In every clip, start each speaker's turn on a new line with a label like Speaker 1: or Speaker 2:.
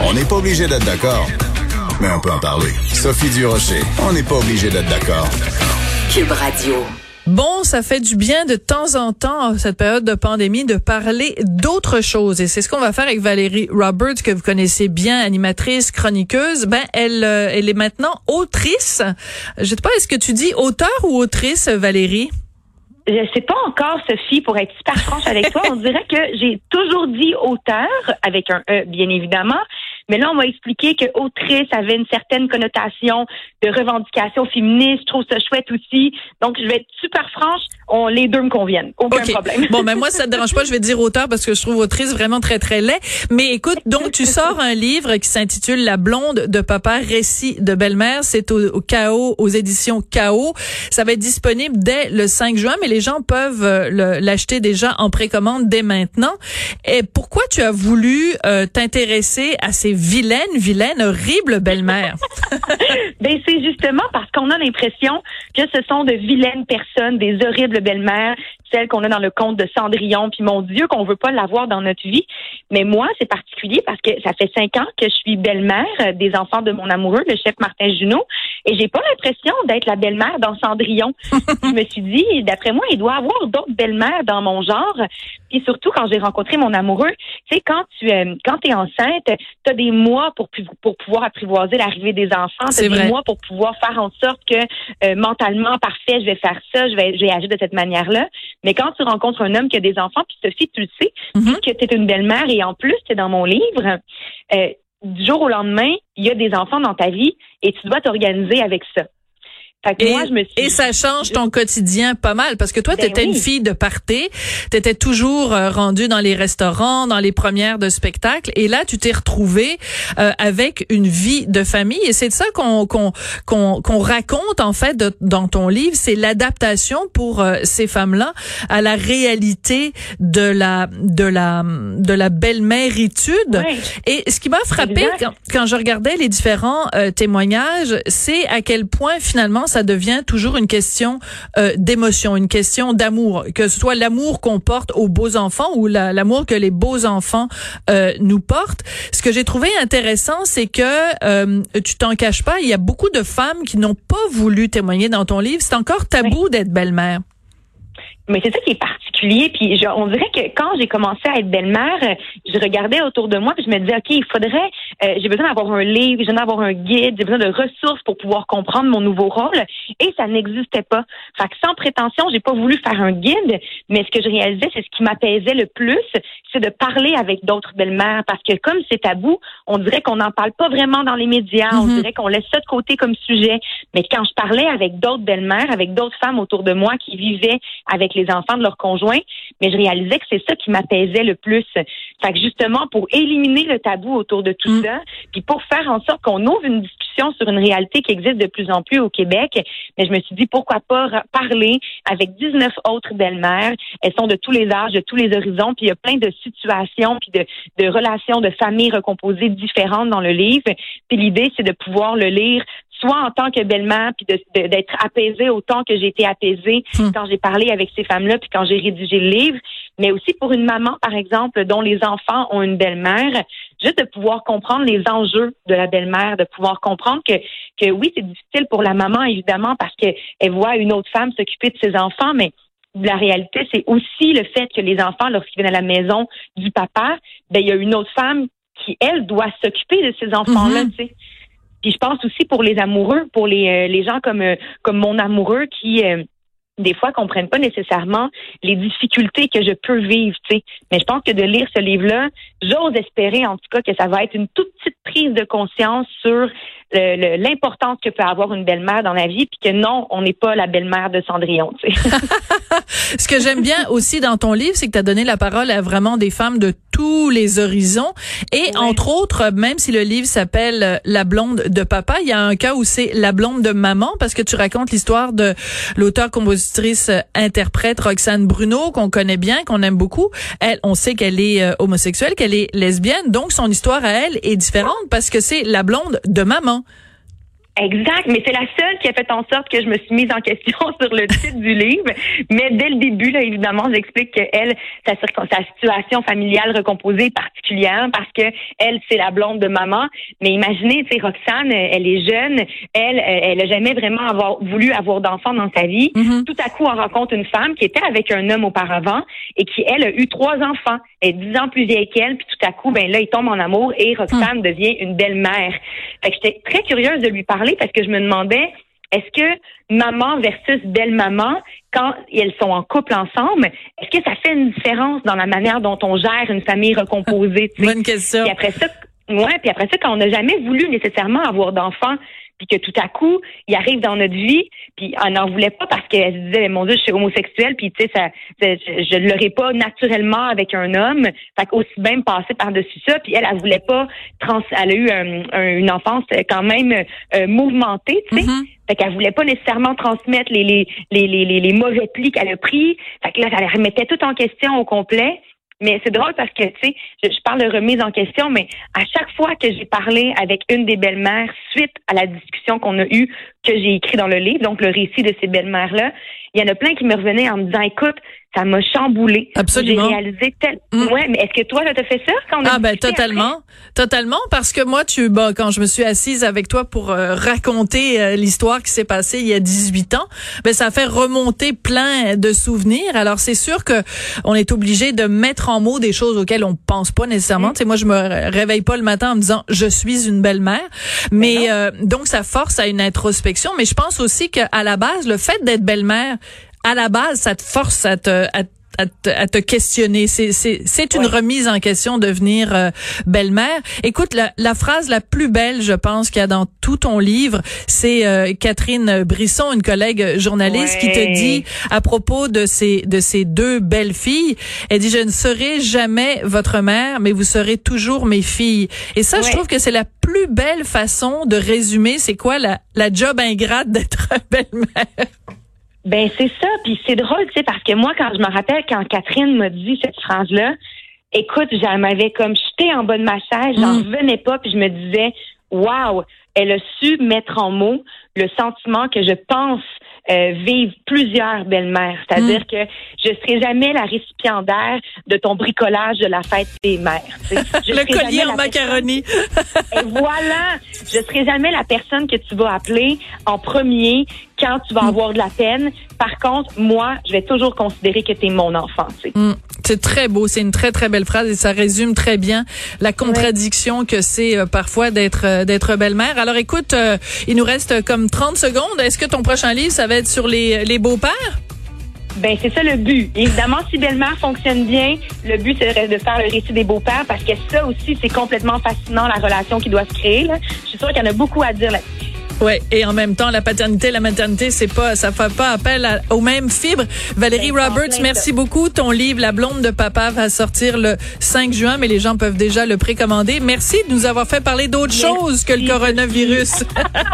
Speaker 1: On n'est pas obligé d'être d'accord, mais on peut en parler. Sophie Durocher, on n'est pas obligé d'être d'accord.
Speaker 2: Cube Radio.
Speaker 3: Bon, ça fait du bien de temps en temps, cette période de pandémie, de parler d'autres choses. Et c'est ce qu'on va faire avec Valérie Roberts, que vous connaissez bien, animatrice, chroniqueuse. Elle est maintenant autrice. Je sais pas, est-ce que tu dis auteur ou autrice, Valérie?
Speaker 4: Je sais pas encore, Sophie, pour être super franche avec toi. On dirait que j'ai toujours dit auteur, avec un E, bien évidemment. Mais là, on m'a expliqué que autrice avait une certaine connotation de revendication féministe. Je trouve ça chouette aussi. Donc, je vais être super franche. Les deux me conviennent. Aucun problème.
Speaker 3: Bon, moi, ça te dérange pas. Je vais dire auteur parce que je trouve autrice vraiment très, très laid. Mais écoute, donc, tu sors un livre qui s'intitule La blonde de papa, récit de belle-mère. C'est au KO, aux éditions KO. Ça va être disponible dès le 5 juin, mais les gens peuvent l'acheter déjà en précommande dès maintenant. Et pourquoi tu as voulu t'intéresser à ces vilaines, horribles belle-mères?
Speaker 4: Ben, c'est justement parce qu'on a l'impression que ce sont de vilaines personnes, des horribles belle-mères, celles qu'on a dans le conte de Cendrillon, puis mon Dieu, qu'on veut pas l'avoir dans notre vie. Mais moi, c'est particulier parce que ça fait 5 ans que je suis belle-mère des enfants de mon amoureux, le chef Martin Junot, et j'ai pas l'impression d'être la belle-mère dans Cendrillon. Je me suis dit, d'après moi, il doit y avoir d'autres belles-mères dans mon genre. Puis surtout, quand j'ai rencontré mon amoureux, tu sais, quand t'es enceinte, t'as des mois pour pouvoir apprivoiser l'arrivée des enfants. T'as des mois pour pouvoir faire en sorte que mentalement, parfait, je vais faire ça, je vais agir de cette manière-là. Mais quand tu rencontres un homme qui a des enfants, puis Sophie, tu le sais, que tu es une belle-mère et en plus, tu es dans mon livre, du jour au lendemain, il y a des enfants dans ta vie et tu dois t'organiser avec ça. Fait que moi, et
Speaker 3: ça change ton quotidien pas mal parce que toi, t'étais une fille de party, t'étais toujours rendue dans les restaurants, dans les premières de spectacles, et là, tu t'es retrouvée avec une vie de famille, et c'est de ça qu'on raconte en fait dans ton livre, c'est l'adaptation pour ces femmes-là à la réalité de la belle-méritude. Oui. Et ce qui m'a frappée quand je regardais les différents témoignages, c'est à quel point finalement ça devient toujours une question d'émotion, une question d'amour, que ce soit l'amour qu'on porte aux beaux enfants ou l'amour que les beaux enfants nous portent. Ce que j'ai trouvé intéressant, c'est que tu t'en caches pas, il y a beaucoup de femmes qui n'ont pas voulu témoigner dans ton livre. C'est encore tabou d'être belle-mère.
Speaker 4: Mais c'est ça qui est particulier. Puis on dirait que quand j'ai commencé à être belle-mère, je regardais autour de moi puis je me disais, OK, il faudrait, j'ai besoin d'avoir un livre, j'ai besoin d'avoir un guide, j'ai besoin de ressources pour pouvoir comprendre mon nouveau rôle. Et ça n'existait pas. Fait que sans prétention, j'ai pas voulu faire un guide, mais ce que je réalisais, c'est ce qui m'apaisait le plus, c'est de parler avec d'autres belles-mères. Parce que comme c'est tabou, on dirait qu'on n'en parle pas vraiment dans les médias, on dirait qu'on laisse ça de côté comme sujet. Mais quand je parlais avec d'autres belles-mères, avec d'autres femmes autour de moi qui vivaient avec les enfants de leurs conjoints, mais je réalisais que c'est ça qui m'apaisait le plus. Fait que justement, pour éliminer le tabou autour de tout ça, puis pour faire en sorte qu'on ouvre une discussion sur une réalité qui existe de plus en plus au Québec, mais je me suis dit, pourquoi pas parler avec 19 autres belles-mères. Elles sont de tous les âges, de tous les horizons, puis il y a plein de situations, puis de relations, de familles recomposées différentes dans le livre. Puis l'idée, c'est de pouvoir le lire soit en tant que belle-mère, puis d'être apaisée autant que j'ai été apaisée quand j'ai parlé avec ces femmes-là, puis quand j'ai rédigé le livre, mais aussi pour une maman, par exemple, dont les enfants ont une belle-mère, juste de pouvoir comprendre les enjeux de la belle-mère, de pouvoir comprendre que oui, c'est difficile pour la maman, évidemment, parce qu'elle voit une autre femme s'occuper de ses enfants, mais la réalité, c'est aussi le fait que les enfants, lorsqu'ils viennent à la maison du papa, ben il y a une autre femme qui, elle, doit s'occuper de ces enfants-là, tu sais. Puis je pense aussi pour les amoureux, pour les gens comme mon amoureux qui des fois comprennent pas nécessairement les difficultés que je peux vivre, tu sais. Mais je pense que de lire ce livre-là, j'ose espérer en tout cas que ça va être une toute petite prise de conscience sur l'importance que peut avoir une belle-mère dans la vie, puis que non, on n'est pas la belle-mère de Cendrillon, tu sais.
Speaker 3: Ce que j'aime bien aussi dans ton livre, c'est que tu as donné la parole à vraiment des femmes de tous les horizons. Et entre autres, même si le livre s'appelle La blonde de papa, il y a un cas où c'est La blonde de maman, parce que tu racontes l'histoire de l'auteur-compositrice-interprète Roxane Bruno, qu'on connaît bien, qu'on aime beaucoup. Elle, on sait qu'elle est homosexuelle, qu'elle est lesbienne, donc son histoire à elle est différente parce que c'est la blonde de maman.
Speaker 4: Exact, mais c'est la seule qui a fait en sorte que je me suis mise en question sur le titre du livre. Mais dès le début, là, évidemment, j'explique que elle, sa situation familiale recomposée est particulière parce que elle, c'est la blonde de maman. Mais imaginez, tu sais, Roxane, elle est jeune, elle a jamais vraiment voulu avoir d'enfant dans sa vie. Mm-hmm. Tout à coup, on rencontre une femme qui était avec un homme auparavant et qui, elle, a eu 3 enfants. Elle est 10 ans plus vieille qu'elle, puis tout à coup, ben là, il tombe en amour et Roxane devient une belle-mère. Fait que j'étais très curieuse de lui parler parce que je me demandais, est-ce que maman versus belle-maman, quand elles sont en couple ensemble, est-ce que ça fait une différence dans la manière dont on gère une famille recomposée?
Speaker 3: Bonne question.
Speaker 4: Puis après ça, quand on n'a jamais voulu nécessairement avoir d'enfants, puis que tout à coup, il arrive dans notre vie, puis elle n'en voulait pas parce qu'elle se disait, mon Dieu, je suis homosexuelle, puis tu sais, je ne l'aurais pas naturellement avec un homme, fait qu'aussi bien me passer par-dessus ça, puis elle voulait pas, elle a eu une enfance quand même mouvementée, tu sais, fait qu'elle voulait pas nécessairement transmettre les mauvais plis qu'elle a pris, fait que là, elle remettait tout en question au complet. Mais c'est drôle parce que, tu sais, je parle de remise en question, mais à chaque fois que j'ai parlé avec une des belles-mères, suite à la discussion qu'on a eue, que j'ai écrit dans le livre, donc le récit de ces belles-mères-là, il y en a plein qui me revenaient en me disant, écoute, ça m'a chamboulé.
Speaker 3: Absolument.
Speaker 4: J'ai réalisé Ouais, mais est-ce que toi, t'as fait ça quand on a discuté
Speaker 3: totalement. Après? Totalement, parce que moi, quand je me suis assise avec toi pour raconter l'histoire qui s'est passée il y a 18 ans, ça fait remonter plein de souvenirs. Alors, c'est sûr que on est obligé de mettre en mots des choses auxquelles on pense pas nécessairement. Tu sais, moi, je me réveille pas le matin en me disant, je suis une belle-mère. Mais donc, ça force à une introspection. Mais je pense aussi qu'à la base, le fait d'être belle-mère, à la base, ça te force à te questionner. C'est une remise en question de devenir belle-mère. Écoute, la phrase la plus belle, je pense, qu'il y a dans tout ton livre, c'est Catherine Brisson, une collègue journaliste, qui te dit à propos de ces 2 belles filles, elle dit, je ne serai jamais votre mère, mais vous serez toujours mes filles. Et ça, je trouve que c'est la plus belle façon de résumer c'est quoi la job ingrate d'être belle-mère.
Speaker 4: Ben c'est ça, puis c'est drôle, tu sais, parce que moi, quand je me rappelle quand Catherine m'a dit cette phrase-là, écoute, j'en m'avais comme jeté en bas de ma chaise, j'en revenais pas, puis je me disais, waouh, elle a su mettre en mots le sentiment que je pense vivent plusieurs belles-mères. C'est-à-dire que je serai jamais la récipiendaire de ton bricolage de la fête des mères.
Speaker 3: Le collier en macaroni.
Speaker 4: Et voilà, je serai jamais la personne que tu vas appeler en premier quand tu vas avoir de la peine. Par contre, moi, je vais toujours considérer que tu es mon enfant. Tu sais.
Speaker 3: C'est très beau, c'est une très très belle phrase et ça résume très bien la contradiction que c'est parfois d'être belle-mère. Alors écoute, il nous reste comme 30 secondes. Est-ce que ton prochain livre, ça va être sur les beaux-pères?
Speaker 4: Ben c'est ça le but. Évidemment, si Belle-Mère fonctionne bien, le but c'est de faire le récit des beaux-pères parce que ça aussi c'est complètement fascinant la relation qui doit se créer. Là. Je suis sûre qu'il y en a beaucoup à dire là-dessus.
Speaker 3: Ouais, et en même temps, la paternité, la maternité, ça fait pas appel aux mêmes fibres. Valérie Roberts, merci beaucoup. Ton livre, La blonde de papa, va sortir le 5 juin, mais les gens peuvent déjà le précommander. Merci de nous avoir fait parler d'autre chose que le coronavirus.
Speaker 4: Ça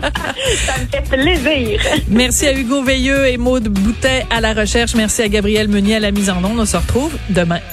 Speaker 4: me fait plaisir.
Speaker 3: Merci à Hugo Veilleux et Maude Boutet à la recherche. Merci à Gabriel Meunier à la mise en onde. On se retrouve demain.